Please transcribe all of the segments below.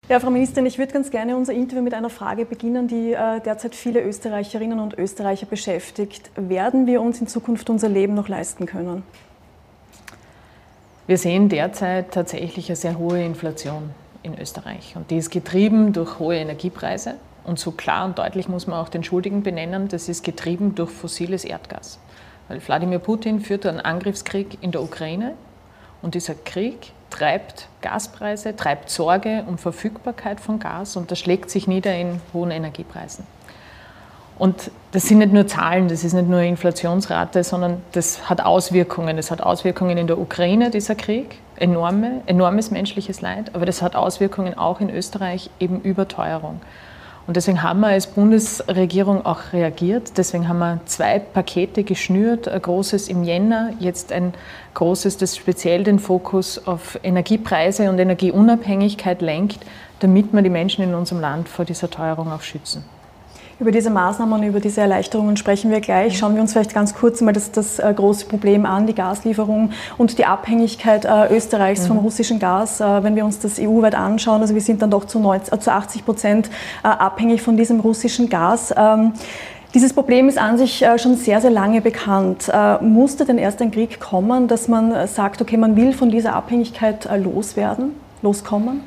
Ja, Frau Ministerin, ich würde ganz gerne unser Interview mit einer Frage beginnen, die derzeit viele Österreicherinnen und Österreicher beschäftigt. Werden wir uns in Zukunft unser Leben noch leisten können? Wir sehen derzeit tatsächlich eine sehr hohe Inflation in Österreich. Und die ist getrieben durch hohe Energiepreise. Und so klar und deutlich muss man auch den Schuldigen benennen, das ist getrieben durch fossiles Erdgas. Weil Wladimir Putin führt einen Angriffskrieg in der Ukraine und dieser Krieg treibt Gaspreise, treibt Sorge um Verfügbarkeit von Gas und das schlägt sich nieder in hohen Energiepreisen. Und das sind nicht nur Zahlen, das ist nicht nur Inflationsrate, sondern das hat Auswirkungen. Das hat Auswirkungen in der Ukraine, dieser Krieg, enormes menschliches Leid, aber das hat Auswirkungen auch in Österreich, eben Überteuerung. Und deswegen haben wir als Bundesregierung auch reagiert. Deswegen haben wir 2 Pakete geschnürt, ein großes im Jänner, jetzt ein großes, das speziell den Fokus auf Energiepreise und Energieunabhängigkeit lenkt, damit wir die Menschen in unserem Land vor dieser Teuerung auch schützen. Über diese Maßnahmen und über diese Erleichterungen sprechen wir gleich. Schauen wir uns vielleicht ganz kurz mal das große Problem an, die Gaslieferung und die Abhängigkeit Österreichs vom russischen Gas. Wenn wir uns das EU-weit anschauen, also wir sind dann doch zu 80% abhängig von diesem russischen Gas. Dieses Problem ist an sich schon sehr, sehr lange bekannt. Musste denn erst ein Krieg kommen, dass man sagt, okay, man will von dieser Abhängigkeit loskommen?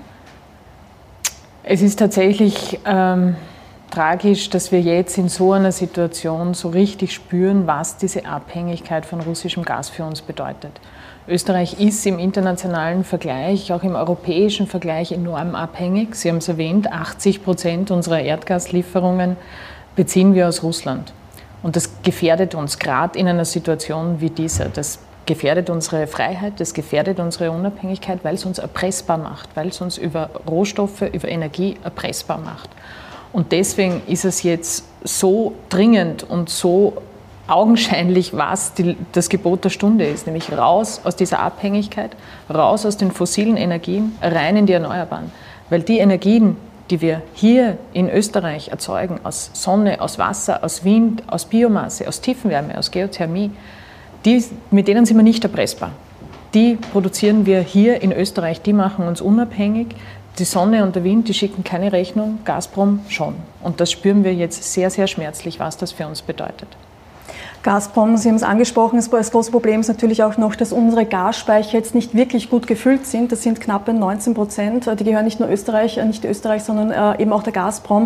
Es ist tatsächlich tragisch, dass wir jetzt in so einer Situation so richtig spüren, was diese Abhängigkeit von russischem Gas für uns bedeutet. Österreich ist im internationalen Vergleich, auch im europäischen Vergleich enorm abhängig. Sie haben es erwähnt, 80% unserer Erdgaslieferungen beziehen wir aus Russland. Und das gefährdet uns gerade in einer Situation wie dieser. Das gefährdet unsere Freiheit, das gefährdet unsere Unabhängigkeit, weil es uns erpressbar macht, weil es uns über Rohstoffe, über Energie erpressbar macht. Und deswegen ist es jetzt so dringend und so augenscheinlich, was das Gebot der Stunde ist, nämlich raus aus dieser Abhängigkeit, raus aus den fossilen Energien, rein in die Erneuerbaren. Weil die Energien, die wir hier in Österreich erzeugen, aus Sonne, aus Wasser, aus Wind, aus Biomasse, aus Tiefenwärme, aus Geothermie, mit denen sind wir nicht erpressbar. Die produzieren wir hier in Österreich, die machen uns unabhängig. Die Sonne und der Wind, die schicken keine Rechnung, Gazprom schon. Und das spüren wir jetzt sehr, sehr schmerzlich, was das für uns bedeutet. Gazprom, Sie haben es angesprochen, das große Problem ist natürlich auch noch, dass unsere Gasspeicher jetzt nicht wirklich gut gefüllt sind. Das sind knappe 19%. Die gehören nicht nur Österreich, sondern eben auch der Gazprom.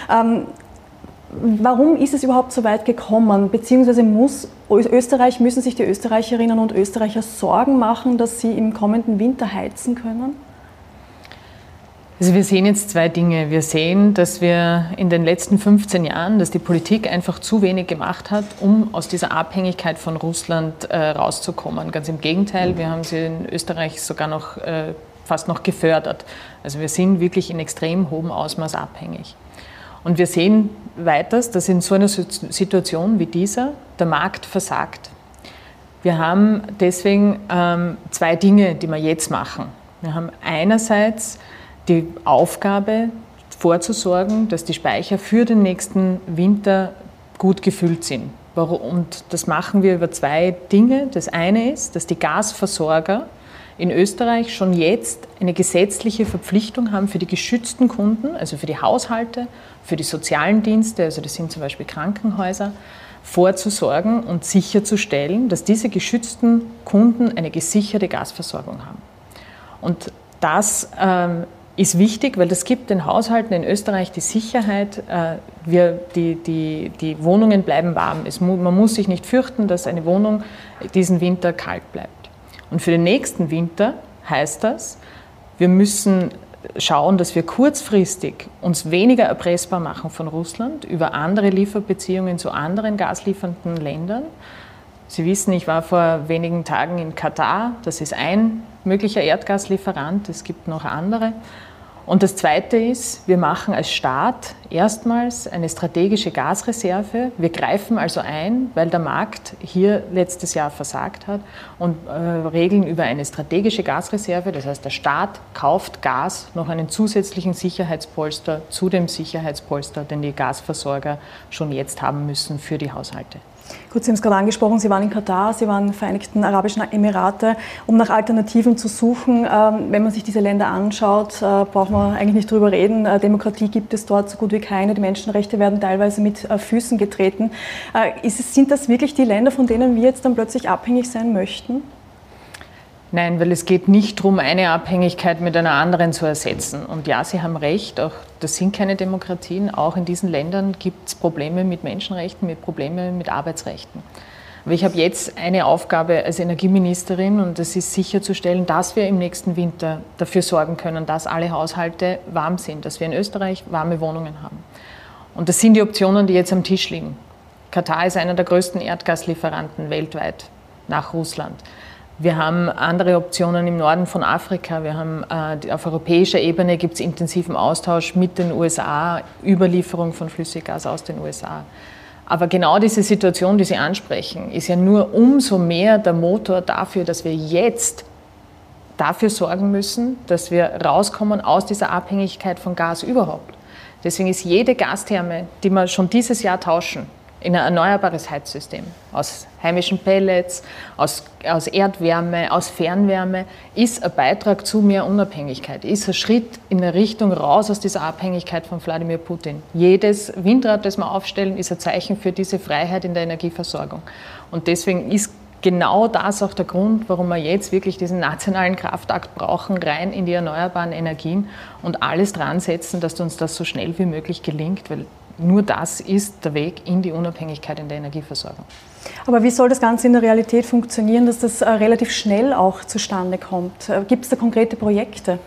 Warum ist es überhaupt so weit gekommen? Beziehungsweise müssen sich die Österreicherinnen und Österreicher Sorgen machen, dass sie im kommenden Winter heizen können? Also wir sehen jetzt 2 Dinge. Wir sehen, dass wir in den letzten 15 Jahren, dass die Politik einfach zu wenig gemacht hat, um aus dieser Abhängigkeit von Russland rauszukommen. Ganz im Gegenteil, wir haben sie in Österreich sogar noch fast noch gefördert. Also wir sind wirklich in extrem hohem Ausmaß abhängig. Und wir sehen weiters, dass in so einer Situation wie dieser der Markt versagt. Wir haben deswegen 2 Dinge, die wir jetzt machen. Wir haben einerseits die Aufgabe, vorzusorgen, dass die Speicher für den nächsten Winter gut gefüllt sind. Und das machen wir über 2 Dinge. Das eine ist, dass die Gasversorger in Österreich schon jetzt eine gesetzliche Verpflichtung haben für die geschützten Kunden, also für die Haushalte, für die sozialen Dienste, also das sind zum Beispiel Krankenhäuser, vorzusorgen und sicherzustellen, dass diese geschützten Kunden eine gesicherte Gasversorgung haben. Und das ist wichtig, weil das gibt den Haushalten in Österreich die Sicherheit, die Wohnungen bleiben warm. Man muss sich nicht fürchten, dass eine Wohnung diesen Winter kalt bleibt. Und für den nächsten Winter heißt das, wir müssen schauen, dass wir kurzfristig uns weniger erpressbar machen von Russland über andere Lieferbeziehungen zu anderen gasliefernden Ländern. Sie wissen, ich war vor wenigen Tagen in Katar, das ist ein möglicher Erdgaslieferant, es gibt noch andere. Und das Zweite ist, wir machen als Staat erstmals eine strategische Gasreserve. Wir greifen also ein, weil der Markt hier letztes Jahr versagt hat und regeln über eine strategische Gasreserve. Das heißt, der Staat kauft Gas, noch einen zusätzlichen Sicherheitspolster zu dem Sicherheitspolster, den die Gasversorger schon jetzt haben müssen für die Haushalte. Gut, Sie haben es gerade angesprochen, Sie waren in Katar, Sie waren in den Vereinigten Arabischen Emirate, um nach Alternativen zu suchen. Wenn man sich diese Länder anschaut, braucht man eigentlich nicht drüber reden. Demokratie gibt es dort so gut wie keine. Die Menschenrechte werden teilweise mit Füßen getreten. Sind das wirklich die Länder, von denen wir jetzt dann plötzlich abhängig sein möchten? Nein, weil es geht nicht darum, eine Abhängigkeit mit einer anderen zu ersetzen. Und ja, Sie haben recht, auch das sind keine Demokratien. Auch in diesen Ländern gibt es Probleme mit Menschenrechten, mit Problemen mit Arbeitsrechten. Aber ich habe jetzt eine Aufgabe als Energieministerin und das ist sicherzustellen, dass wir im nächsten Winter dafür sorgen können, dass alle Haushalte warm sind, dass wir in Österreich warme Wohnungen haben. Und das sind die Optionen, die jetzt am Tisch liegen. Katar ist einer der größten Erdgaslieferanten weltweit nach Russland. Wir haben andere Optionen im Norden von Afrika. Wir haben auf europäischer Ebene gibt es intensiven Austausch mit den USA, Überlieferung von Flüssiggas aus den USA. Aber genau diese Situation, die Sie ansprechen, ist ja nur umso mehr der Motor dafür, dass wir jetzt dafür sorgen müssen, dass wir rauskommen aus dieser Abhängigkeit von Gas überhaupt. Deswegen ist jede Gastherme, die wir schon dieses Jahr tauschen, in ein erneuerbares Heizsystem, aus heimischen Pellets, aus Erdwärme, aus Fernwärme, ist ein Beitrag zu mehr Unabhängigkeit, ist ein Schritt in eine Richtung raus aus dieser Abhängigkeit von Wladimir Putin. Jedes Windrad, das wir aufstellen, ist ein Zeichen für diese Freiheit in der Energieversorgung. Und deswegen ist genau das auch der Grund, warum wir jetzt wirklich diesen nationalen Kraftakt brauchen, rein in die erneuerbaren Energien und alles dran setzen, dass uns das so schnell wie möglich gelingt, weil nur das ist der Weg in die Unabhängigkeit in der Energieversorgung. Aber wie soll das Ganze in der Realität funktionieren, dass das relativ schnell auch zustande kommt? Gibt es da konkrete Projekte?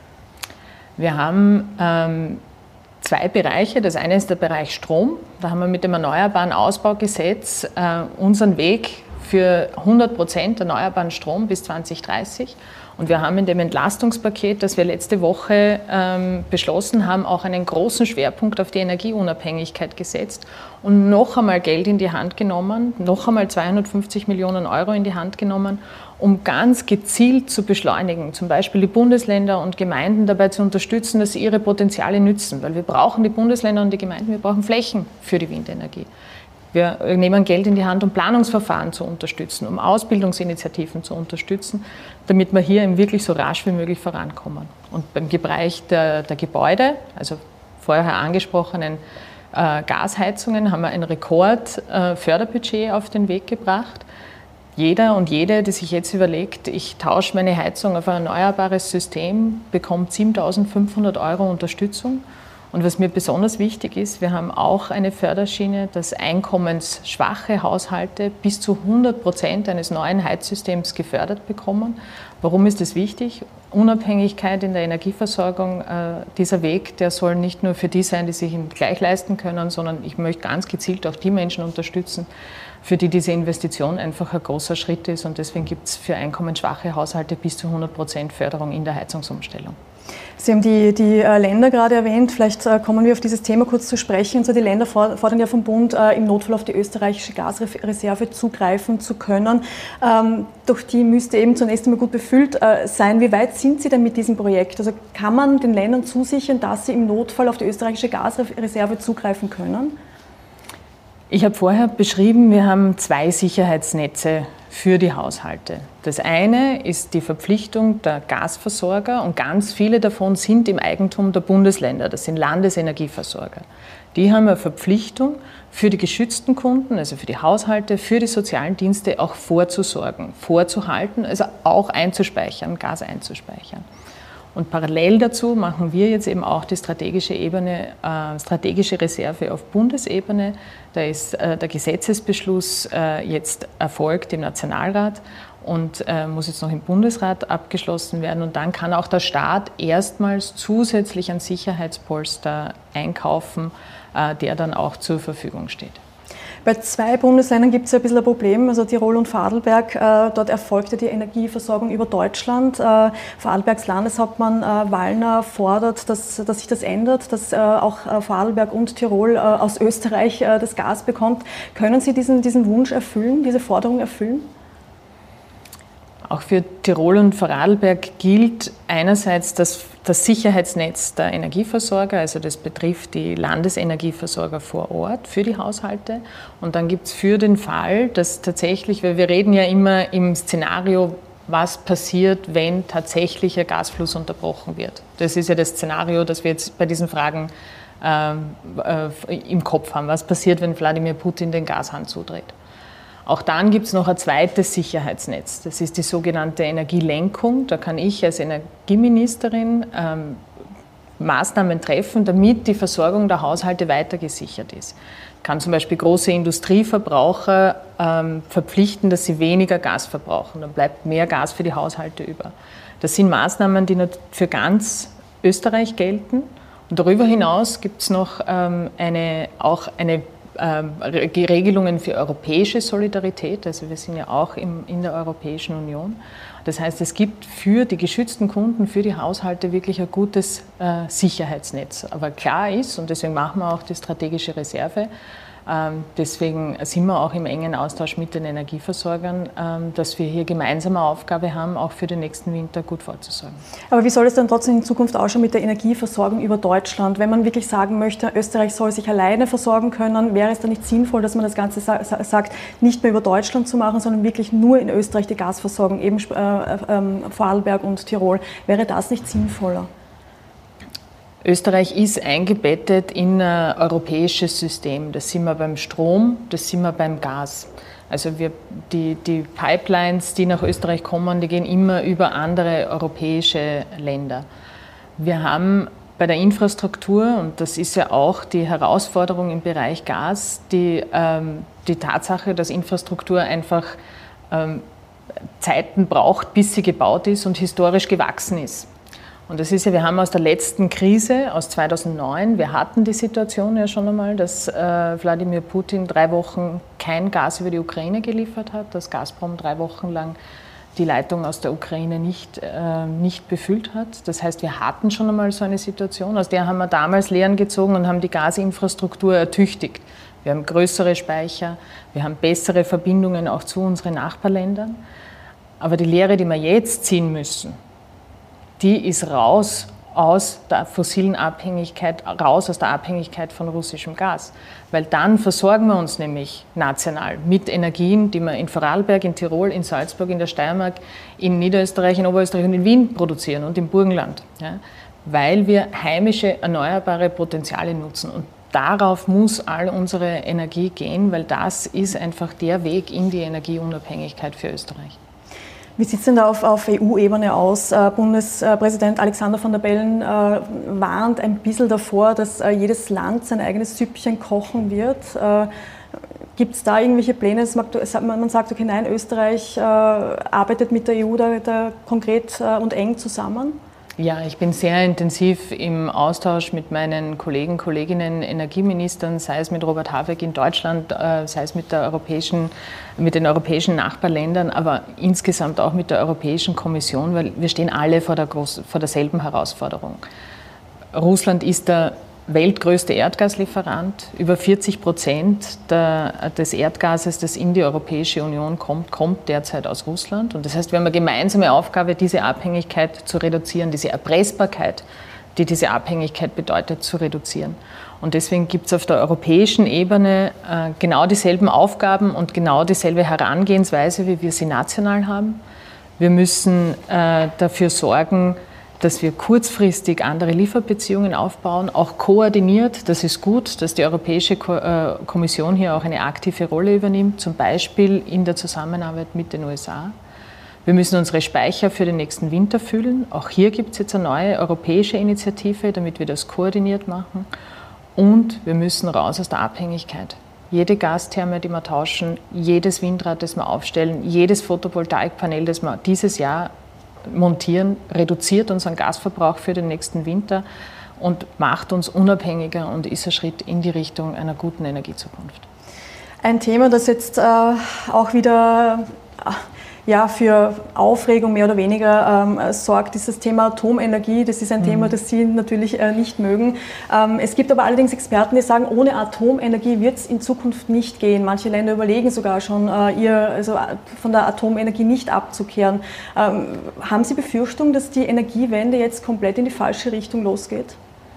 Wir haben zwei Bereiche. Das eine ist der Bereich Strom. Da haben wir mit dem Erneuerbaren Ausbaugesetz unseren Weg für 100% erneuerbaren Strom bis 2030. Und wir haben in dem Entlastungspaket, das wir letzte Woche beschlossen haben, auch einen großen Schwerpunkt auf die Energieunabhängigkeit gesetzt und noch einmal Geld in die Hand genommen, noch einmal 250 Millionen Euro in die Hand genommen, um ganz gezielt zu beschleunigen, zum Beispiel die Bundesländer und Gemeinden dabei zu unterstützen, dass sie ihre Potenziale nützen. Weil wir brauchen die Bundesländer und die Gemeinden, wir brauchen Flächen für die Windenergie. Wir nehmen Geld in die Hand, um Planungsverfahren zu unterstützen, um Ausbildungsinitiativen zu unterstützen, damit wir hier eben wirklich so rasch wie möglich vorankommen. Und beim Bereich der Gebäude, also vorher angesprochenen Gasheizungen, haben wir ein Rekordförderbudget auf den Weg gebracht. Jeder und jede, die sich jetzt überlegt, ich tausche meine Heizung auf ein erneuerbares System, bekommt 7.500 Euro Unterstützung. Und was mir besonders wichtig ist, wir haben auch eine Förderschiene, dass einkommensschwache Haushalte bis zu 100% eines neuen Heizsystems gefördert bekommen. Warum ist das wichtig? Unabhängigkeit in der Energieversorgung, dieser Weg, der soll nicht nur für die sein, die sich ihn gleich leisten können, sondern ich möchte ganz gezielt auch die Menschen unterstützen, für die diese Investition einfach ein großer Schritt ist. Und deswegen gibt es für einkommensschwache Haushalte bis zu 100% Förderung in der Heizungsumstellung. Sie haben die Länder gerade erwähnt, vielleicht kommen wir auf dieses Thema kurz zu sprechen. Und so die Länder fordern ja vom Bund, im Notfall auf die österreichische Gasreserve zugreifen zu können. Doch die müsste eben zunächst einmal gut befüllt sein. Wie weit sind Sie denn mit diesem Projekt? Also kann man den Ländern zusichern, dass sie im Notfall auf die österreichische Gasreserve zugreifen können? Ich habe vorher beschrieben, wir haben zwei Sicherheitsnetze für die Haushalte. Das eine ist die Verpflichtung der Gasversorger und ganz viele davon sind im Eigentum der Bundesländer, das sind Landesenergieversorger. Die haben eine Verpflichtung für die geschützten Kunden, also für die Haushalte, für die sozialen Dienste auch vorzusorgen, vorzuhalten, also auch einzuspeichern, Gas einzuspeichern. Und parallel dazu machen wir jetzt eben auch die strategische Reserve auf Bundesebene. Da ist der Gesetzesbeschluss jetzt erfolgt im Nationalrat und muss jetzt noch im Bundesrat abgeschlossen werden. Und dann kann auch der Staat erstmals zusätzlich an Sicherheitspolster einkaufen, der dann auch zur Verfügung steht. Bei zwei Bundesländern gibt es ja ein bisschen ein Problem, also Tirol und Vorarlberg. Dort erfolgte die Energieversorgung über Deutschland. Vorarlbergs Landeshauptmann Wallner fordert, dass sich das ändert, dass auch Vorarlberg und Tirol aus Österreich das Gas bekommt. Können Sie diesen Wunsch erfüllen, diese Forderung erfüllen? Auch für Tirol und Vorarlberg gilt einerseits, dass das Sicherheitsnetz der Energieversorger, also das betrifft die Landesenergieversorger vor Ort für die Haushalte. Und dann gibt es für den Fall, dass tatsächlich, weil wir reden ja immer im Szenario, was passiert, wenn tatsächlich ein Gasfluss unterbrochen wird. Das ist ja das Szenario, das wir jetzt bei diesen Fragen im Kopf haben. Was passiert, wenn Wladimir Putin den Gashahn zudreht? Auch dann gibt es noch ein zweites Sicherheitsnetz. Das ist die sogenannte Energielenkung. Da kann ich als Energieministerin Maßnahmen treffen, damit die Versorgung der Haushalte weiter gesichert ist. Ich kann zum Beispiel große Industrieverbraucher verpflichten, dass sie weniger Gas verbrauchen. Dann bleibt mehr Gas für die Haushalte über. Das sind Maßnahmen, die für ganz Österreich gelten. Und darüber hinaus gibt es noch Regelungen für europäische Solidarität. Also wir sind ja auch in der Europäischen Union. Das heißt, es gibt für die geschützten Kunden, für die Haushalte wirklich ein gutes Sicherheitsnetz. Aber klar ist, und deswegen machen wir auch die strategische Reserve, deswegen sind wir auch im engen Austausch mit den Energieversorgern, dass wir hier gemeinsame Aufgabe haben, auch für den nächsten Winter gut vorzusorgen. Aber wie soll es dann trotzdem in Zukunft ausschauen mit der Energieversorgung über Deutschland? Wenn man wirklich sagen möchte, Österreich soll sich alleine versorgen können, wäre es dann nicht sinnvoll, dass man das Ganze sagt, nicht mehr über Deutschland zu machen, sondern wirklich nur in Österreich die Gasversorgung, eben Vorarlberg und Tirol. Wäre das nicht sinnvoller? Österreich ist eingebettet in ein europäisches System. Das sind wir beim Strom, das sind wir beim Gas. Also die Pipelines, die nach Österreich kommen, die gehen immer über andere europäische Länder. Wir haben bei der Infrastruktur, und das ist ja auch die Herausforderung im Bereich Gas, die Tatsache, dass Infrastruktur einfach Zeiten braucht, bis sie gebaut ist und historisch gewachsen ist. Und das ist ja, wir haben aus der letzten Krise, aus 2009, wir hatten die Situation ja schon einmal, dass Wladimir Putin 3 Wochen kein Gas über die Ukraine geliefert hat, dass Gazprom 3 Wochen lang die Leitung aus der Ukraine nicht befüllt hat. Das heißt, wir hatten schon einmal so eine Situation, aus der haben wir damals Lehren gezogen und haben die Gasinfrastruktur ertüchtigt. Wir haben größere Speicher, wir haben bessere Verbindungen auch zu unseren Nachbarländern. Aber die Lehre, die wir jetzt ziehen müssen, die ist raus aus der fossilen Abhängigkeit, raus aus der Abhängigkeit von russischem Gas. Weil dann versorgen wir uns nämlich national mit Energien, die wir in Vorarlberg, in Tirol, in Salzburg, in der Steiermark, in Niederösterreich, in Oberösterreich und in Wien produzieren und im Burgenland. Ja, weil wir heimische, erneuerbare Potenziale nutzen. Und darauf muss all unsere Energie gehen, weil das ist einfach der Weg in die Energieunabhängigkeit für Österreich. Wie sieht es denn da auf EU-Ebene aus? Bundespräsident Alexander Van der Bellen warnt ein bisschen davor, dass jedes Land sein eigenes Süppchen kochen wird. Gibt es da irgendwelche Pläne? Man sagt, okay, nein, Österreich arbeitet mit der EU da konkret und eng zusammen? Ja, ich bin sehr intensiv im Austausch mit meinen Kollegen, Kolleginnen, Energieministern, sei es mit Robert Habeck in Deutschland, sei es mit den europäischen Nachbarländern, aber insgesamt auch mit der Europäischen Kommission, weil wir stehen alle vor derselben Herausforderung. Russland ist der weltgrößte Erdgaslieferant. Über 40% des Erdgases, das in die Europäische Union kommt derzeit aus Russland. Und das heißt, wir haben eine gemeinsame Aufgabe, diese Abhängigkeit zu reduzieren, diese Erpressbarkeit, die diese Abhängigkeit bedeutet, zu reduzieren. Und deswegen gibt es auf der europäischen Ebene genau dieselben Aufgaben und genau dieselbe Herangehensweise, wie wir sie national haben. Wir müssen dafür sorgen, dass wir kurzfristig andere Lieferbeziehungen aufbauen, auch koordiniert. Das ist gut, dass die Europäische Kommission hier auch eine aktive Rolle übernimmt, zum Beispiel in der Zusammenarbeit mit den USA. Wir müssen unsere Speicher für den nächsten Winter füllen. Auch hier gibt es jetzt eine neue europäische Initiative, damit wir das koordiniert machen. Und wir müssen raus aus der Abhängigkeit. Jede Gastherme, die wir tauschen, jedes Windrad, das wir aufstellen, jedes Photovoltaikpanel, das wir dieses Jahr montieren, reduziert unseren Gasverbrauch für den nächsten Winter und macht uns unabhängiger und ist ein Schritt in die Richtung einer guten Energiezukunft. Ein Thema, das jetzt auch wieder für Aufregung mehr oder weniger sorgt, ist das Thema Atomenergie. Das ist ein Thema, das Sie natürlich nicht mögen. Es gibt aber allerdings Experten, die sagen, ohne Atomenergie wird es in Zukunft nicht gehen. Manche Länder überlegen sogar schon, von der Atomenergie nicht abzukehren. Haben Sie Befürchtung, dass die Energiewende jetzt komplett in die falsche Richtung losgeht?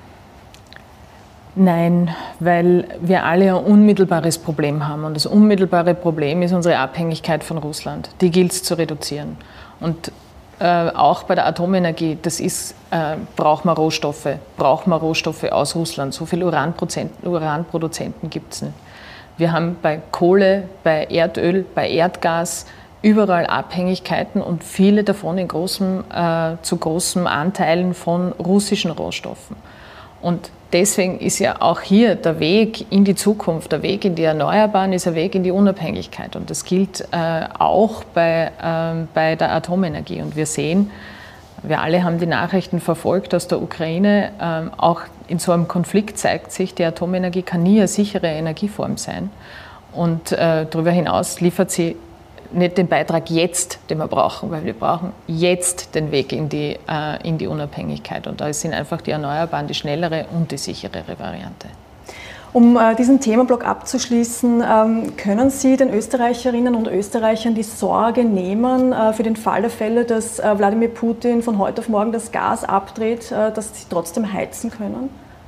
Nein, weil wir alle ein unmittelbares Problem haben. Und das unmittelbare Problem ist unsere Abhängigkeit von Russland. Die gilt es zu reduzieren. Und auch bei der Atomenergie, braucht man Rohstoffe aus Russland. So viele Uranproduzenten gibt es nicht. Wir haben bei Kohle, bei Erdöl, bei Erdgas überall Abhängigkeiten und viele davon zu großen Anteilen von russischen Rohstoffen. Und deswegen ist ja auch hier der Weg in die Zukunft, der Weg in die Erneuerbaren, ist ein Weg in die Unabhängigkeit. Und das gilt auch bei der Atomenergie. Und wir sehen, wir alle haben die Nachrichten verfolgt aus der Ukraine, auch in so einem Konflikt zeigt sich, die Atomenergie kann nie eine sichere Energieform sein. Und darüber hinaus liefert sie nicht den Beitrag jetzt, den wir brauchen, weil wir brauchen jetzt den Weg in die Unabhängigkeit. Und da sind einfach die Erneuerbaren die schnellere und die sicherere Variante. Um diesen Themenblock abzuschließen, können Sie den Österreicherinnen und Österreichern die Sorge nehmen, für den Fall der Fälle, dass Wladimir Putin von heute auf morgen das Gas abdreht, dass sie trotzdem heizen können?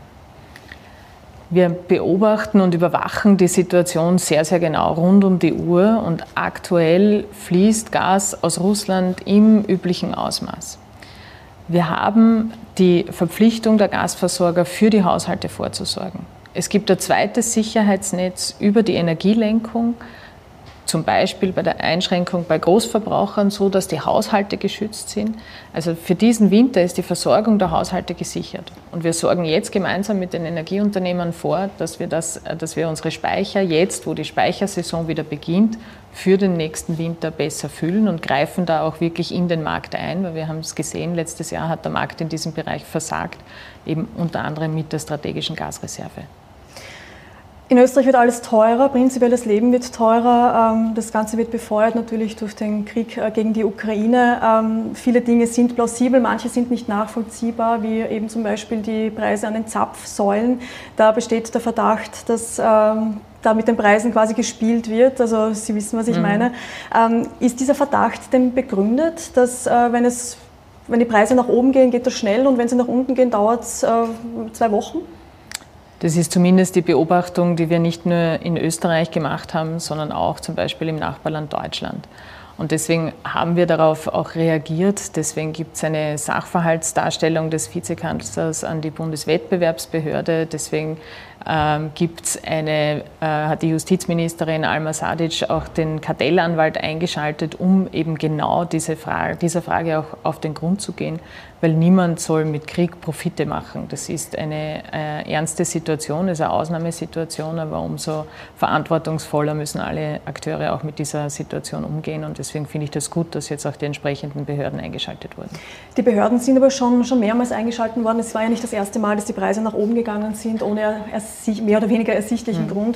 Wir beobachten und überwachen die Situation sehr, sehr genau rund um die Uhr und aktuell fließt Gas aus Russland im üblichen Ausmaß. Wir haben die Verpflichtung der Gasversorger für die Haushalte vorzusorgen. Es gibt ein zweites Sicherheitsnetz über die Energielenkung, zum Beispiel bei der Einschränkung bei Großverbrauchern, so dass die Haushalte geschützt sind. Also für diesen Winter ist die Versorgung der Haushalte gesichert. Und wir sorgen jetzt gemeinsam mit den Energieunternehmern vor, dass wir unsere Speicher jetzt, wo die Speichersaison wieder beginnt, für den nächsten Winter besser füllen und greifen da auch wirklich in den Markt ein, weil wir haben es gesehen, letztes Jahr hat der Markt in diesem Bereich versagt, eben unter anderem mit der strategischen Gasreserve. In Österreich wird alles teurer, prinzipiell das Leben wird teurer. Das Ganze wird befeuert natürlich durch den Krieg gegen die Ukraine. Viele Dinge sind plausibel, manche sind nicht nachvollziehbar, wie eben zum Beispiel die Preise an den Zapfsäulen. Da besteht der Verdacht, dass da mit den Preisen quasi gespielt wird. Also Sie wissen, was ich meine. Ist dieser Verdacht denn begründet, dass wenn die Preise nach oben gehen, geht das schnell und wenn sie nach unten gehen, dauert es 2 Wochen? Das ist zumindest die Beobachtung, die wir nicht nur in Österreich gemacht haben, sondern auch zum Beispiel im Nachbarland Deutschland. Und deswegen haben wir darauf auch reagiert. Deswegen gibt es eine Sachverhaltsdarstellung des Vizekanzlers an die Bundeswettbewerbsbehörde. Deswegen hat die Justizministerin Alma Sadic auch den Kartellanwalt eingeschaltet, um eben genau dieser Frage auch auf den Grund zu gehen, weil niemand soll mit Krieg Profite machen. Das ist eine ernste Situation, das ist eine Ausnahmesituation, aber umso verantwortungsvoller müssen alle Akteure auch mit dieser Situation umgehen. Und deswegen finde ich das gut, dass jetzt auch die entsprechenden Behörden eingeschaltet wurden. Die Behörden sind aber schon mehrmals eingeschaltet worden. Es war ja nicht das erste Mal, dass die Preise nach oben gegangen sind, ohne mehr oder weniger ersichtlichen Grund.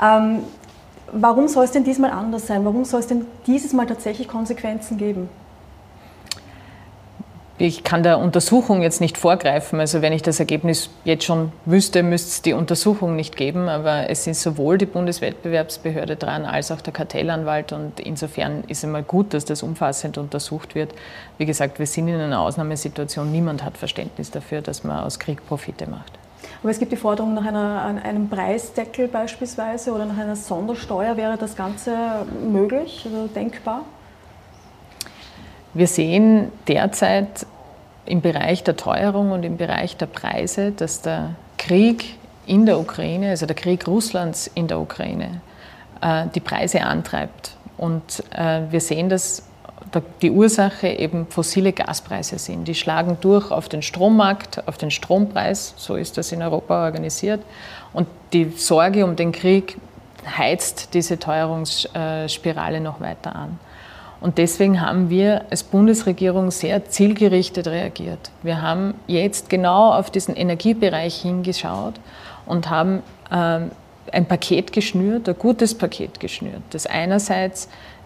Warum soll es denn diesmal anders sein? Warum soll es denn dieses Mal tatsächlich Konsequenzen geben? Ich kann der Untersuchung jetzt nicht vorgreifen. Also wenn ich das Ergebnis jetzt schon wüsste, müsste es die Untersuchung nicht geben. Aber es ist sowohl die Bundeswettbewerbsbehörde dran, als auch der Kartellanwalt. Und insofern ist es einmal gut, dass das umfassend untersucht wird. Wie gesagt, wir sind in einer Ausnahmesituation. Niemand hat Verständnis dafür, dass man aus Krieg Profite macht. Aber es gibt die Forderung nach einem Preisdeckel beispielsweise oder nach einer Sondersteuer. Wäre das Ganze möglich, also denkbar? Wir sehen derzeit im Bereich der Teuerung und im Bereich der Preise, dass der Krieg in der Ukraine, also der Krieg Russlands in der Ukraine, die Preise antreibt. Und wir sehen, dass die Ursache eben fossile Gaspreise sind. Die schlagen durch auf den Strommarkt, auf den Strompreis, so ist das in Europa organisiert. Und die Sorge um den Krieg heizt diese Teuerungsspirale noch weiter an. Und deswegen haben wir als Bundesregierung sehr zielgerichtet reagiert. Wir haben jetzt genau auf diesen Energiebereich hingeschaut und haben ein Paket geschnürt, ein gutes Paket geschnürt, das einerseits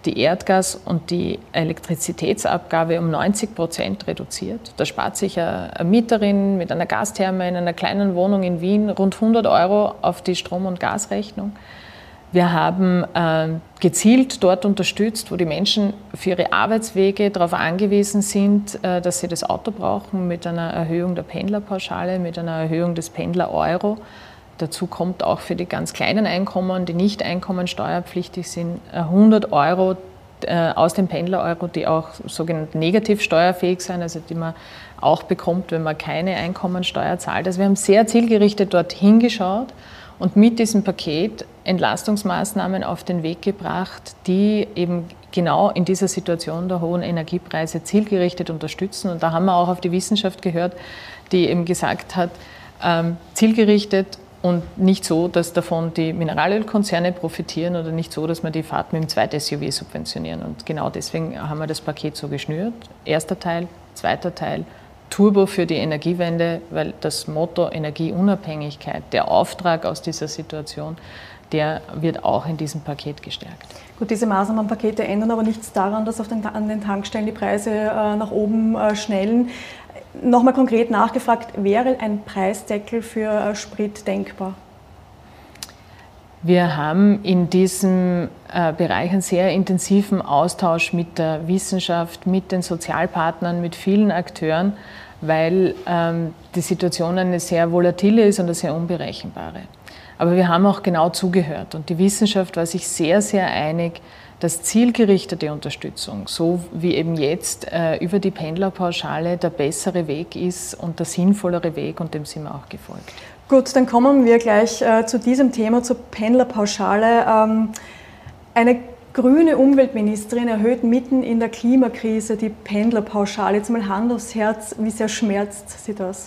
die Erdgas- und die Elektrizitätsabgabe um 90% reduziert. Da spart sich eine Mieterin mit einer Gastherme in einer kleinen Wohnung in Wien rund 100 € auf die Strom- und Gasrechnung. Wir haben gezielt dort unterstützt, wo die Menschen für ihre Arbeitswege darauf angewiesen sind, dass sie das Auto brauchen, mit einer Erhöhung der Pendlerpauschale, mit einer Erhöhung des Pendler-Euro. Dazu kommt auch für die ganz kleinen Einkommen, die nicht einkommensteuerpflichtig sind, 100 € aus dem Pendler-Euro, die auch sogenannt negativ steuerfähig sind, also die man auch bekommt, wenn man keine Einkommensteuer zahlt. Also wir haben sehr zielgerichtet dort hingeschaut und mit diesem Paket Entlastungsmaßnahmen auf den Weg gebracht, die eben genau in dieser Situation der hohen Energiepreise zielgerichtet unterstützen. Und da haben wir auch auf die Wissenschaft gehört, die eben gesagt hat, zielgerichtet und nicht so, dass davon die Mineralölkonzerne profitieren oder nicht so, dass wir die Fahrt mit dem Zweit-SUV subventionieren. Und genau deswegen haben wir das Paket so geschnürt. Erster Teil, zweiter Teil, Turbo für die Energiewende, weil das Motto Energieunabhängigkeit, der Auftrag aus dieser Situation, der wird auch in diesem Paket gestärkt. Gut, diese Maßnahmenpakete ändern aber nichts daran, dass an den Tankstellen die Preise nach oben schnellen. Nochmal konkret nachgefragt, wäre ein Preisdeckel für Sprit denkbar? Wir haben in diesem Bereich einen sehr intensiven Austausch mit der Wissenschaft, mit den Sozialpartnern, mit vielen Akteuren, weil die Situation eine sehr volatile ist und eine sehr unberechenbare. Aber wir haben auch genau zugehört und die Wissenschaft war sich sehr, sehr einig, dass zielgerichtete Unterstützung, so wie eben jetzt über die Pendlerpauschale, der bessere Weg ist und der sinnvollere Weg, und dem sind wir auch gefolgt. Gut, dann kommen wir gleich zu diesem Thema, zur Pendlerpauschale. Eine grüne Umweltministerin erhöht mitten in der Klimakrise die Pendlerpauschale. Jetzt mal Hand aufs Herz, wie sehr schmerzt Sie das?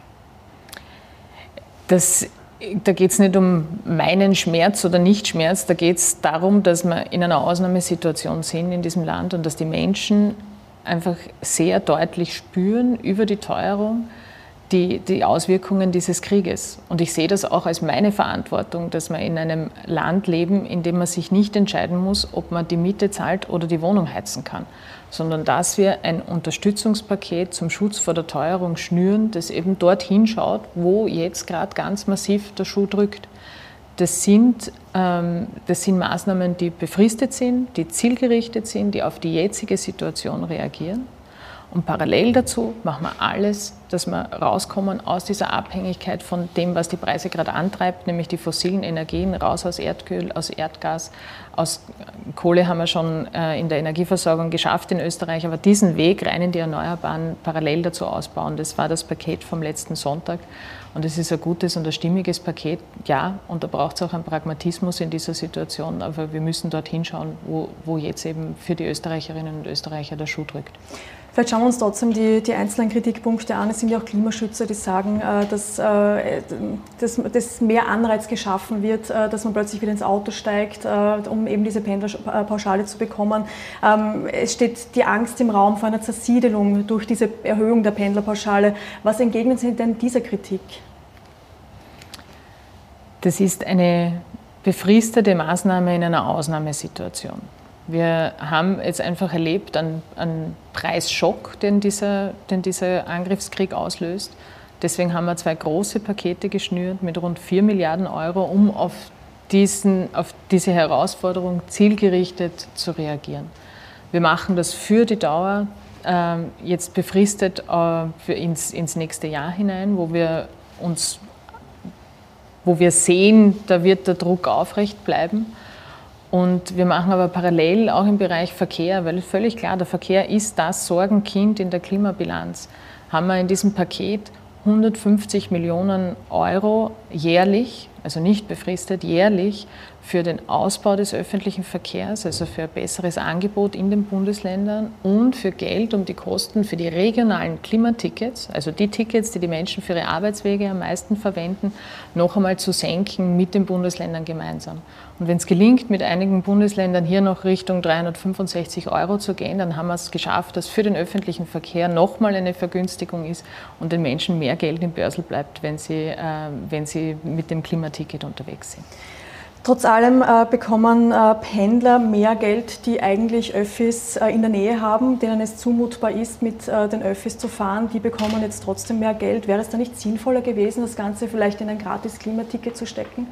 Da geht es nicht um meinen Schmerz oder Nicht-Schmerz, da geht es darum, dass wir in einer Ausnahmesituation sind in diesem Land und dass die Menschen einfach sehr deutlich spüren über die Teuerung die Auswirkungen dieses Krieges. Und ich sehe das auch als meine Verantwortung, dass wir in einem Land leben, in dem man sich nicht entscheiden muss, ob man die Miete zahlt oder die Wohnung heizen kann, sondern dass wir ein Unterstützungspaket zum Schutz vor der Teuerung schnüren, das eben dorthin schaut, wo jetzt gerade ganz massiv der Schuh drückt. Das sind Maßnahmen, die befristet sind, die zielgerichtet sind, die auf die jetzige Situation reagieren. Und parallel dazu machen wir alles, dass wir rauskommen aus dieser Abhängigkeit von dem, was die Preise gerade antreibt, nämlich die fossilen Energien, raus aus Erdöl, aus Erdgas, aus Kohle haben wir schon in der Energieversorgung geschafft in Österreich, aber diesen Weg rein in die Erneuerbaren parallel dazu ausbauen, das war das Paket vom letzten Sonntag. Und es ist ein gutes und ein stimmiges Paket, ja, und da braucht es auch einen Pragmatismus in dieser Situation, aber wir müssen dort hinschauen, wo jetzt eben für die Österreicherinnen und Österreicher der Schuh drückt. Vielleicht schauen wir uns trotzdem die einzelnen Kritikpunkte an. Es sind ja auch Klimaschützer, die sagen, dass mehr Anreiz geschaffen wird, dass man plötzlich wieder ins Auto steigt, um eben diese Pendlerpauschale zu bekommen. Es steht die Angst im Raum vor einer Zersiedelung durch diese Erhöhung der Pendlerpauschale. Was entgegnen Sie denn dieser Kritik? Das ist eine befristete Maßnahme in einer Ausnahmesituation. Wir haben jetzt einfach erlebt einen Preisschock, den dieser Angriffskrieg auslöst. Deswegen haben wir 2 große Pakete geschnürt mit rund 4 Milliarden Euro, um auf diese Herausforderung zielgerichtet zu reagieren. Wir machen das für die Dauer, jetzt befristet ins nächste Jahr hinein, wo wir sehen, da wird der Druck aufrecht bleiben. Und wir machen aber parallel auch im Bereich Verkehr, weil völlig klar, der Verkehr ist das Sorgenkind in der Klimabilanz. Haben wir in diesem Paket 150 Millionen Euro jährlich, also nicht befristet, jährlich für den Ausbau des öffentlichen Verkehrs, also für ein besseres Angebot in den Bundesländern und für Geld, um die Kosten für die regionalen Klimatickets, also die Tickets, die die Menschen für ihre Arbeitswege am meisten verwenden, noch einmal zu senken mit den Bundesländern gemeinsam. Und wenn es gelingt, mit einigen Bundesländern hier noch Richtung 365 Euro zu gehen, dann haben wir es geschafft, dass für den öffentlichen Verkehr nochmal eine Vergünstigung ist und den Menschen mehr Geld im Börsel bleibt, wenn sie mit dem Klimaticket unterwegs sind. Trotz allem bekommen Pendler mehr Geld, die eigentlich Öffis in der Nähe haben, denen es zumutbar ist, mit den Öffis zu fahren. Die bekommen jetzt trotzdem mehr Geld. Wäre es da nicht sinnvoller gewesen, das Ganze vielleicht in ein gratis Klimaticket zu stecken?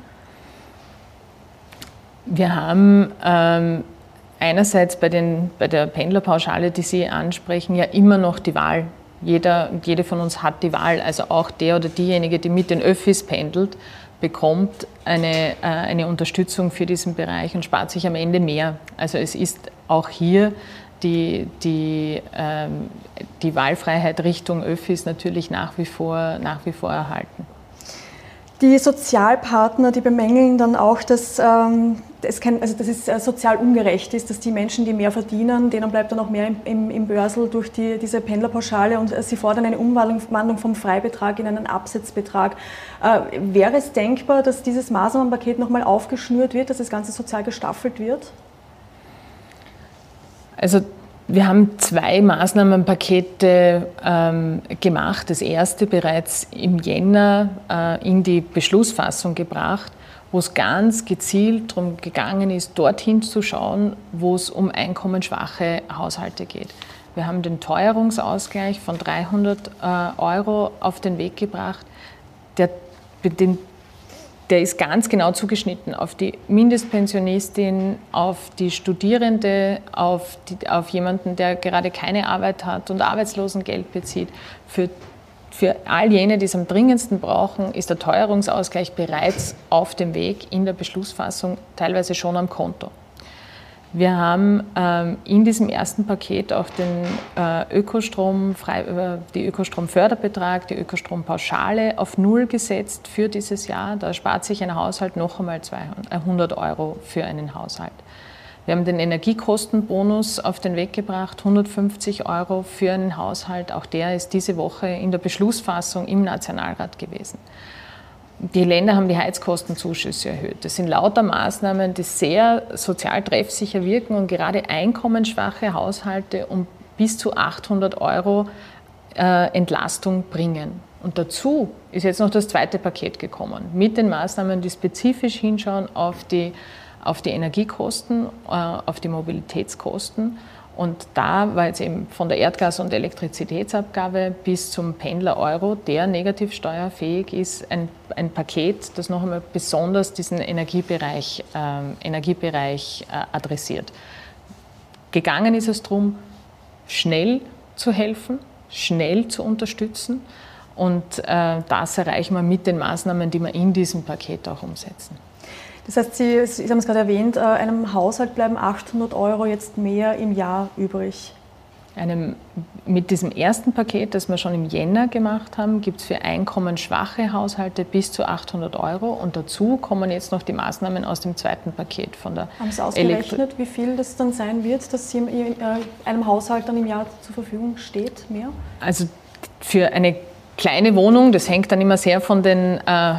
Wir haben einerseits bei der Pendlerpauschale, die Sie ansprechen, ja immer noch die Wahl. Jede von uns hat die Wahl, also auch der oder diejenige, die mit den Öffis pendelt, bekommt eine Unterstützung für diesen Bereich und spart sich am Ende mehr. Also es ist auch hier die Wahlfreiheit Richtung Öffis natürlich nach wie vor erhalten. Die Sozialpartner, die bemängeln dann auch, dass es sozial ungerecht ist, dass die Menschen, die mehr verdienen, denen bleibt dann auch mehr im Börsel durch diese Pendlerpauschale, und sie fordern eine Umwandlung vom Freibetrag in einen Absetzbetrag. Wäre es denkbar, dass dieses Maßnahmenpaket nochmal aufgeschnürt wird, dass das Ganze sozial gestaffelt wird? Also wir haben 2 Maßnahmenpakete gemacht. Das erste bereits im Jänner in die Beschlussfassung gebracht, wo es ganz gezielt darum gegangen ist, dorthin zu schauen, wo es um einkommensschwache Haushalte geht. Wir haben den Teuerungsausgleich von 300 € auf den Weg gebracht. Der ist ganz genau zugeschnitten auf die Mindestpensionistin, auf die Studierende, auf jemanden, der gerade keine Arbeit hat und Arbeitslosengeld bezieht. Für all jene, die es am dringendsten brauchen, ist der Teuerungsausgleich bereits auf dem Weg in der Beschlussfassung, teilweise schon am Konto. Wir haben in diesem ersten Paket auch den die Ökostromförderbetrag, die Ökostrompauschale auf 0 gesetzt für dieses Jahr. Da spart sich ein Haushalt noch einmal 100 € für einen Haushalt. Wir haben den Energiekostenbonus auf den Weg gebracht, 150 € für einen Haushalt. Auch der ist diese Woche in der Beschlussfassung im Nationalrat gewesen. Die Länder haben die Heizkostenzuschüsse erhöht. Das sind lauter Maßnahmen, die sehr sozial treffsicher wirken und gerade einkommensschwache Haushalte um bis zu 800 € Entlastung bringen. Und dazu ist jetzt noch das zweite Paket gekommen, mit den Maßnahmen, die spezifisch hinschauen auf die Energiekosten, auf die Mobilitätskosten. Und da war jetzt eben von der Erdgas- und Elektrizitätsabgabe bis zum Pendler-Euro, der negativsteuerfähig ist, ein Paket, das noch einmal besonders diesen Energiebereich adressiert. Gegangen ist es darum, schnell zu helfen, schnell zu unterstützen, und das erreichen wir mit den Maßnahmen, die wir in diesem Paket auch umsetzen. Das heißt, Sie haben es gerade erwähnt, einem Haushalt bleiben 800 € jetzt mehr im Jahr übrig. Mit diesem ersten Paket, das wir schon im Jänner gemacht haben, gibt es für einkommensschwache Haushalte bis zu 800 € und dazu kommen jetzt noch die Maßnahmen aus dem zweiten Paket von der Haben Sie ausgerechnet, wie viel das dann sein wird, dass einem Haushalt dann im Jahr zur Verfügung steht, mehr? Also für eine kleine Wohnung, das hängt dann immer sehr von den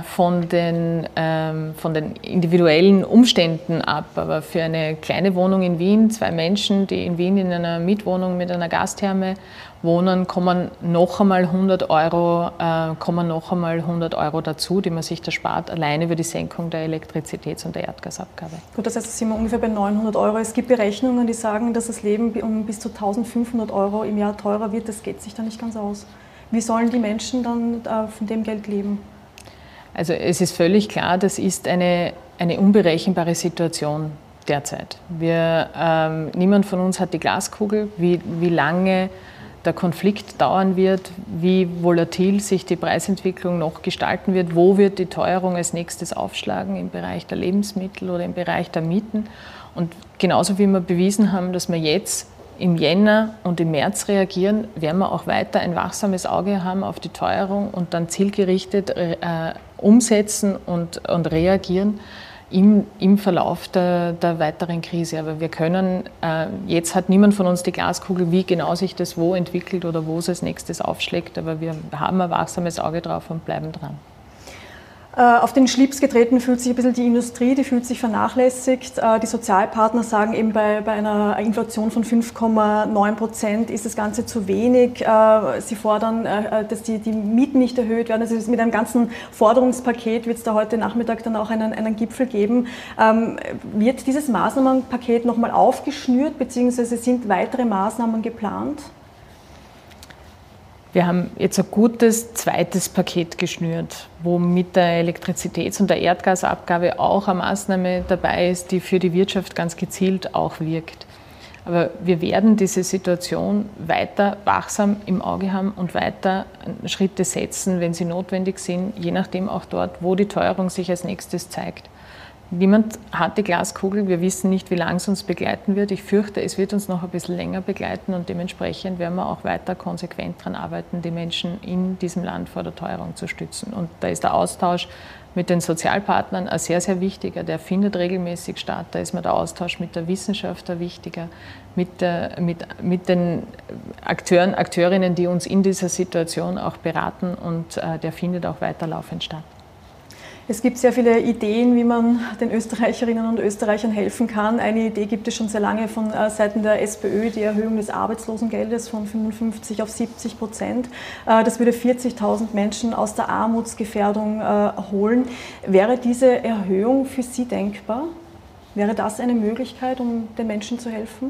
individuellen Umständen ab. Aber für eine kleine Wohnung in Wien, 2 Menschen, die in Wien in einer Mietwohnung mit einer Gastherme wohnen, kommen noch einmal 100 € dazu, die man sich da spart, alleine über die Senkung der Elektrizitäts- und der Erdgasabgabe. Gut, das heißt, sind wir ungefähr bei 900 €. Es gibt Berechnungen, die sagen, dass das Leben um bis zu 1.500 € im Jahr teurer wird. Das geht sich da nicht ganz aus. Wie sollen die Menschen dann von dem Geld leben? Also es ist völlig klar, das ist eine unberechenbare Situation derzeit. Niemand von uns hat die Glaskugel, wie lange der Konflikt dauern wird, wie volatil sich die Preisentwicklung noch gestalten wird, wo wird die Teuerung als nächstes aufschlagen, im Bereich der Lebensmittel oder im Bereich der Mieten. Und genauso wie wir bewiesen haben, dass wir jetzt im Jänner und im März reagieren, werden wir auch weiter ein wachsames Auge haben auf die Teuerung und dann zielgerichtet umsetzen und reagieren im Verlauf der weiteren Krise. Aber wir können, jetzt hat niemand von uns die Glaskugel, wie genau sich das wo entwickelt oder wo es als nächstes aufschlägt, aber wir haben ein wachsames Auge drauf und bleiben dran. Auf den Schlips getreten fühlt sich ein bisschen die Industrie, die fühlt sich vernachlässigt. Die Sozialpartner sagen eben, bei einer Inflation von 5,9% ist das Ganze zu wenig. Sie fordern, dass die Mieten nicht erhöht werden. Also mit einem ganzen Forderungspaket wird es da heute Nachmittag dann auch einen Gipfel geben. Wird dieses Maßnahmenpaket nochmal aufgeschnürt, beziehungsweise sind weitere Maßnahmen geplant? Wir haben jetzt ein gutes zweites Paket geschnürt, wo mit der Elektrizitäts- und der Erdgasabgabe auch eine Maßnahme dabei ist, die für die Wirtschaft ganz gezielt auch wirkt. Aber wir werden diese Situation weiter wachsam im Auge haben und weiter Schritte setzen, wenn sie notwendig sind, je nachdem auch dort, wo die Teuerung sich als nächstes zeigt. Niemand hat die Glaskugel, wir wissen nicht, wie lange es uns begleiten wird. Ich fürchte, es wird uns noch ein bisschen länger begleiten und dementsprechend werden wir auch weiter konsequent daran arbeiten, die Menschen in diesem Land vor der Teuerung zu stützen. Und da ist der Austausch mit den Sozialpartnern ein sehr, sehr wichtiger. Der findet regelmäßig statt. Da ist mir der Austausch mit der Wissenschaft wichtiger, mit den Akteuren, Akteurinnen, die uns in dieser Situation auch beraten, und der findet auch weiterlaufend statt. Es gibt sehr viele Ideen, wie man den Österreicherinnen und Österreichern helfen kann. Eine Idee gibt es schon sehr lange von Seiten der SPÖ, die Erhöhung des Arbeitslosengeldes von 55% auf 70%. Das würde 40.000 Menschen aus der Armutsgefährdung holen. Wäre diese Erhöhung für Sie denkbar? Wäre das eine Möglichkeit, um den Menschen zu helfen?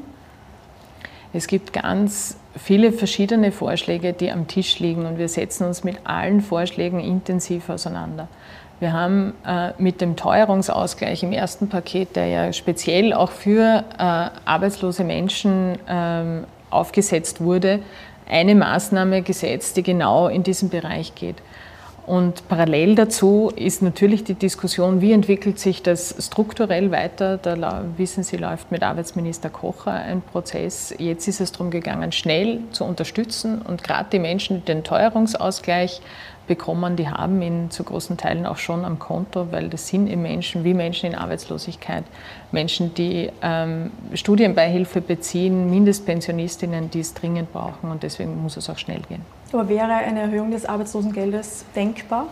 Es gibt ganz viele verschiedene Vorschläge, die am Tisch liegen, und wir setzen uns mit allen Vorschlägen intensiv auseinander. Wir haben mit dem Teuerungsausgleich im ersten Paket, der ja speziell auch für arbeitslose Menschen aufgesetzt wurde, eine Maßnahme gesetzt, die genau in diesen Bereich geht. Und parallel dazu ist natürlich die Diskussion, wie entwickelt sich das strukturell weiter. Da wissen Sie, läuft mit Arbeitsminister Kocher ein Prozess. Jetzt ist es darum gegangen, schnell zu unterstützen, und gerade die Menschen, die den Teuerungsausgleich bekommen, die haben ihn zu großen Teilen auch schon am Konto, weil das sind eben Menschen wie Menschen in Arbeitslosigkeit, Menschen, die Studienbeihilfe beziehen, Mindestpensionistinnen, die es dringend brauchen, und deswegen muss es auch schnell gehen. Aber wäre eine Erhöhung des Arbeitslosengeldes denkbar?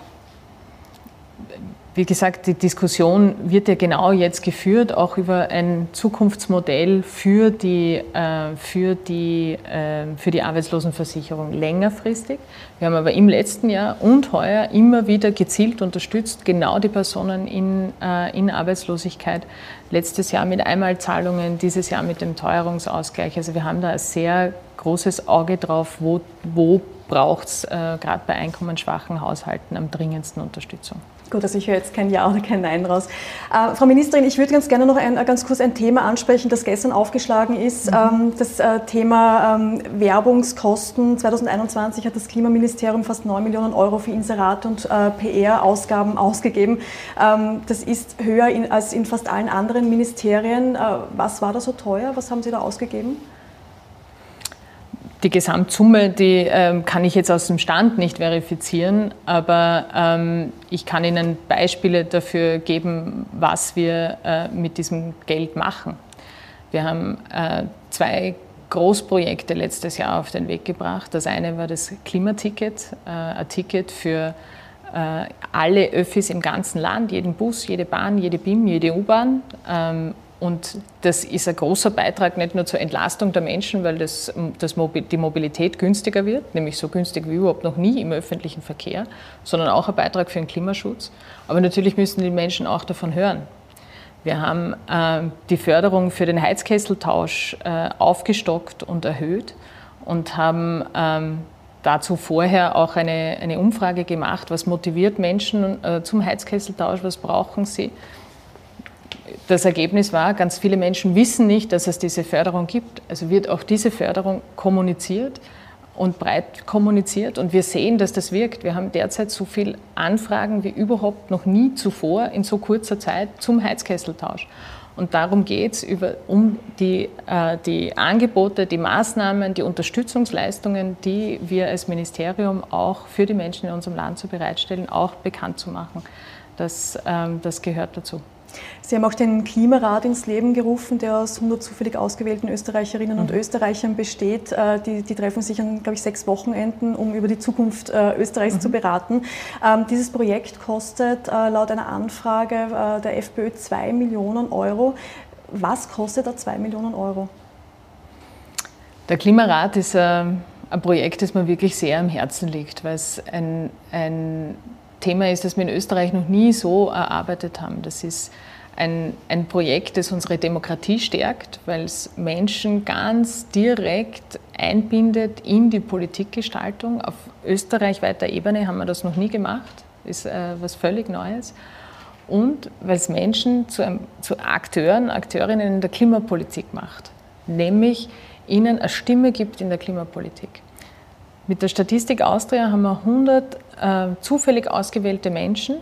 Wie gesagt, die Diskussion wird ja genau jetzt geführt, auch über ein Zukunftsmodell für die Arbeitslosenversicherung längerfristig. Wir haben aber im letzten Jahr und heuer immer wieder gezielt unterstützt, genau die Personen in Arbeitslosigkeit. Letztes Jahr mit Einmalzahlungen, dieses Jahr mit dem Teuerungsausgleich. Also wir haben da ein sehr großes Auge drauf, wo braucht es gerade bei einkommensschwachen Haushalten am dringendsten Unterstützung. Gut, also ich höre jetzt kein Ja oder kein Nein raus. Frau Ministerin, ich würde ganz gerne noch ganz kurz ein Thema ansprechen, das gestern aufgeschlagen ist. Das Thema Werbungskosten. 2021 hat das Klimaministerium fast 9 Millionen Euro für Inserate und PR-Ausgaben ausgegeben. Das ist höher als in fast allen anderen Ministerien. Was war da so teuer? Was haben Sie da ausgegeben? Die Gesamtsumme, die kann ich jetzt aus dem Stand nicht verifizieren, aber ich kann Ihnen Beispiele dafür geben, was wir mit diesem Geld machen. Wir haben 2 Großprojekte letztes Jahr auf den Weg gebracht. Das eine war das Klimaticket, ein Ticket für alle Öffis im ganzen Land, jeden Bus, jede Bahn, jede BIM, jede U-Bahn. Und das ist ein großer Beitrag nicht nur zur Entlastung der Menschen, weil die Mobilität günstiger wird, nämlich so günstig wie überhaupt noch nie im öffentlichen Verkehr, sondern auch ein Beitrag für den Klimaschutz. Aber natürlich müssen die Menschen auch davon hören. Wir haben die Förderung für den Heizkesseltausch aufgestockt und erhöht und haben dazu vorher auch eine Umfrage gemacht, was motiviert Menschen zum Heizkesseltausch, was brauchen sie. Das Ergebnis war, ganz viele Menschen wissen nicht, dass es diese Förderung gibt. Also wird auch diese Förderung kommuniziert und breit kommuniziert. Und wir sehen, dass das wirkt. Wir haben derzeit so viele Anfragen wie überhaupt noch nie zuvor in so kurzer Zeit zum Heizkesseltausch. Und darum geht es, um die Angebote, die Maßnahmen, die Unterstützungsleistungen, die wir als Ministerium auch für die Menschen in unserem Land so bereitstellen, auch bekannt zu machen. Das gehört dazu. Sie haben auch den Klimarat ins Leben gerufen, der aus 100 zufällig ausgewählten Österreicherinnen und Österreichern besteht. Die treffen sich an, glaube ich, 6 Wochenenden, um über die Zukunft Österreichs zu beraten. Dieses Projekt kostet laut einer Anfrage der FPÖ 2 Millionen Euro. Was kostet da 2 Millionen Euro? Der Klimarat ist ein Projekt, das mir wirklich sehr am Herzen liegt, weil es ein Thema ist, das wir in Österreich noch nie so erarbeitet haben. Das ist ein Projekt, das unsere Demokratie stärkt, weil es Menschen ganz direkt einbindet in die Politikgestaltung. Auf österreichweiter Ebene haben wir das noch nie gemacht, ist was völlig Neues. Und weil es Menschen zu Akteuren, Akteurinnen in der Klimapolitik macht, nämlich ihnen eine Stimme gibt in der Klimapolitik. Mit der Statistik Austria haben wir 100 zufällig ausgewählte Menschen,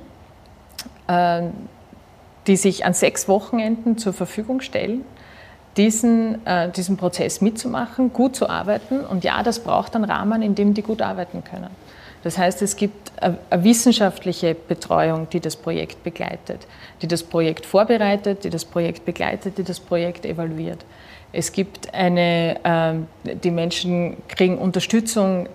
die sich an 6 Wochenenden zur Verfügung stellen, diesen Prozess mitzumachen, gut zu arbeiten. Und ja, das braucht einen Rahmen, in dem die gut arbeiten können. Das heißt, es gibt eine wissenschaftliche Betreuung, die das Projekt begleitet, die das Projekt vorbereitet, die das Projekt begleitet, die das Projekt evaluiert. Es gibt die Menschen kriegen Unterstützung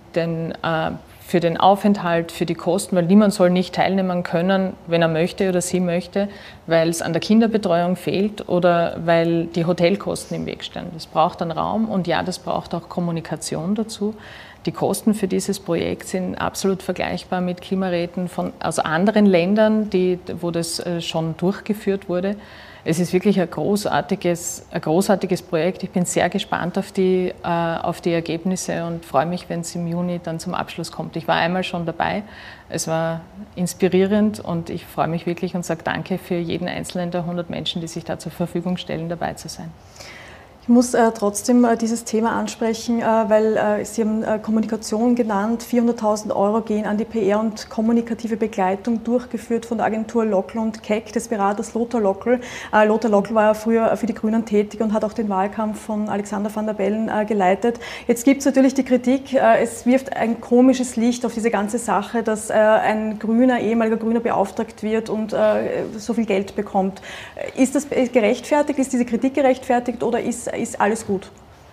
für den Aufenthalt, für die Kosten, weil niemand soll nicht teilnehmen können, wenn er möchte oder sie möchte, weil es an der Kinderbetreuung fehlt oder weil die Hotelkosten im Weg stehen. Das braucht einen Raum und ja, das braucht auch Kommunikation dazu. Die Kosten für dieses Projekt sind absolut vergleichbar mit Klimaräten aus anderen Ländern, wo das schon durchgeführt wurde. Es ist wirklich ein großartiges Projekt. Ich bin sehr gespannt auf die Ergebnisse und freue mich, wenn es im Juni dann zum Abschluss kommt. Ich war einmal schon dabei. Es war inspirierend und ich freue mich wirklich und sage Danke für jeden einzelnen der 100 Menschen, die sich da zur Verfügung stellen, dabei zu sein. Ich muss trotzdem dieses Thema ansprechen, weil Sie haben Kommunikation genannt. 400.000 Euro gehen an die PR und kommunikative Begleitung, durchgeführt von der Agentur Lockel und Keck, des Beraters Lothar Lockel. Lothar Lockel war ja früher für die Grünen tätig und hat auch den Wahlkampf von Alexander Van der Bellen geleitet. Jetzt gibt es natürlich die Kritik, es wirft ein komisches Licht auf diese ganze Sache, dass ein ehemaliger Grüner beauftragt wird und so viel Geld bekommt. Ist das gerechtfertigt? Ist diese Kritik gerechtfertigt oder ist alles gut?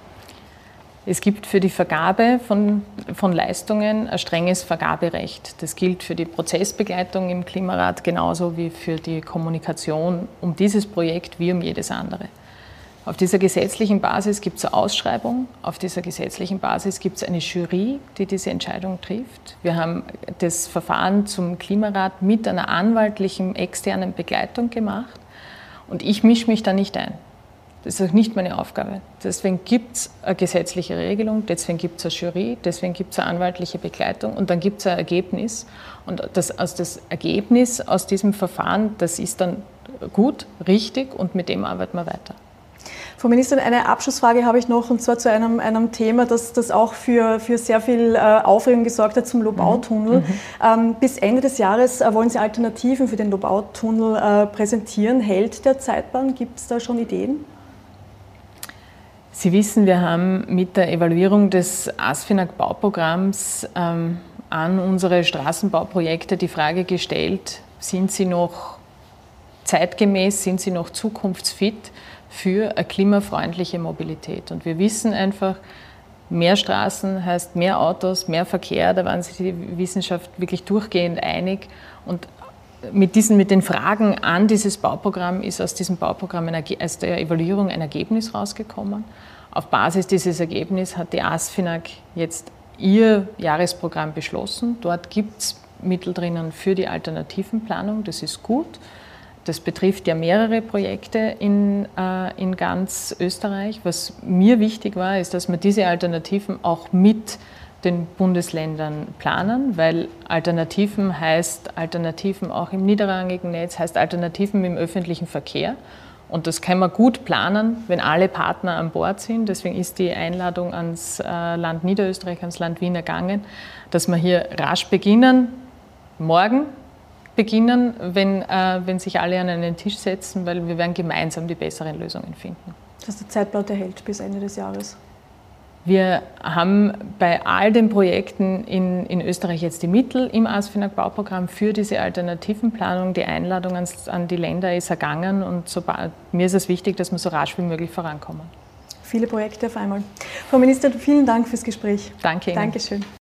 Es gibt für die Vergabe von Leistungen ein strenges Vergaberecht. Das gilt für die Prozessbegleitung im Klimarat genauso wie für die Kommunikation um dieses Projekt wie um jedes andere. Auf dieser gesetzlichen Basis gibt es eine Ausschreibung, auf dieser gesetzlichen Basis gibt es eine Jury, die diese Entscheidung trifft. Wir haben das Verfahren zum Klimarat mit einer anwaltlichen externen Begleitung gemacht und ich mische mich da nicht ein. Das ist auch nicht meine Aufgabe. Deswegen gibt es eine gesetzliche Regelung, deswegen gibt es eine Jury, deswegen gibt es eine anwaltliche Begleitung und dann gibt es ein Ergebnis. Und das Ergebnis aus diesem Verfahren, das ist dann gut, richtig und mit dem arbeiten wir weiter. Frau Ministerin, eine Abschlussfrage habe ich noch, und zwar zu einem Thema, das auch für sehr viel Aufregung gesorgt hat, zum Lobautunnel. Bis Ende des Jahres wollen Sie Alternativen für den Lobautunnel präsentieren. Hält der Zeitplan? Gibt es da schon Ideen? Sie wissen, wir haben mit der Evaluierung des ASFINAG-Bauprogramms an unsere Straßenbauprojekte die Frage gestellt, sind sie noch zeitgemäß, sind sie noch zukunftsfit für eine klimafreundliche Mobilität. Und wir wissen einfach, mehr Straßen heißt mehr Autos, mehr Verkehr, da waren sich die Wissenschaft wirklich durchgehend einig. Und mit den Fragen an dieses Bauprogramm ist aus diesem Bauprogramm aus der Evaluierung ein Ergebnis rausgekommen. Auf Basis dieses Ergebnisses hat die ASFINAG jetzt ihr Jahresprogramm beschlossen. Dort gibt es Mittel drinnen für die Alternativenplanung, das ist gut. Das betrifft ja mehrere Projekte in ganz Österreich. Was mir wichtig war, ist, dass wir diese Alternativen auch mit den Bundesländern planen, weil Alternativen heißt Alternativen auch im niederrangigen Netz, heißt Alternativen im öffentlichen Verkehr. Und das kann man gut planen, wenn alle Partner an Bord sind. Deswegen ist die Einladung ans Land Niederösterreich, ans Land Wien ergangen, dass wir hier rasch beginnen, morgen beginnen, wenn sich alle an einen Tisch setzen, weil wir werden gemeinsam die besseren Lösungen finden. Dass der Zeitplan hält bis Ende des Jahres? Wir haben bei all den Projekten in Österreich jetzt die Mittel im ASFINAG-Bauprogramm für diese Alternativenplanung. Die Einladung an die Länder ist ergangen und mir ist es wichtig, dass wir so rasch wie möglich vorankommen. Viele Projekte auf einmal. Frau Ministerin, vielen Dank fürs Gespräch. Danke Ihnen. Dankeschön.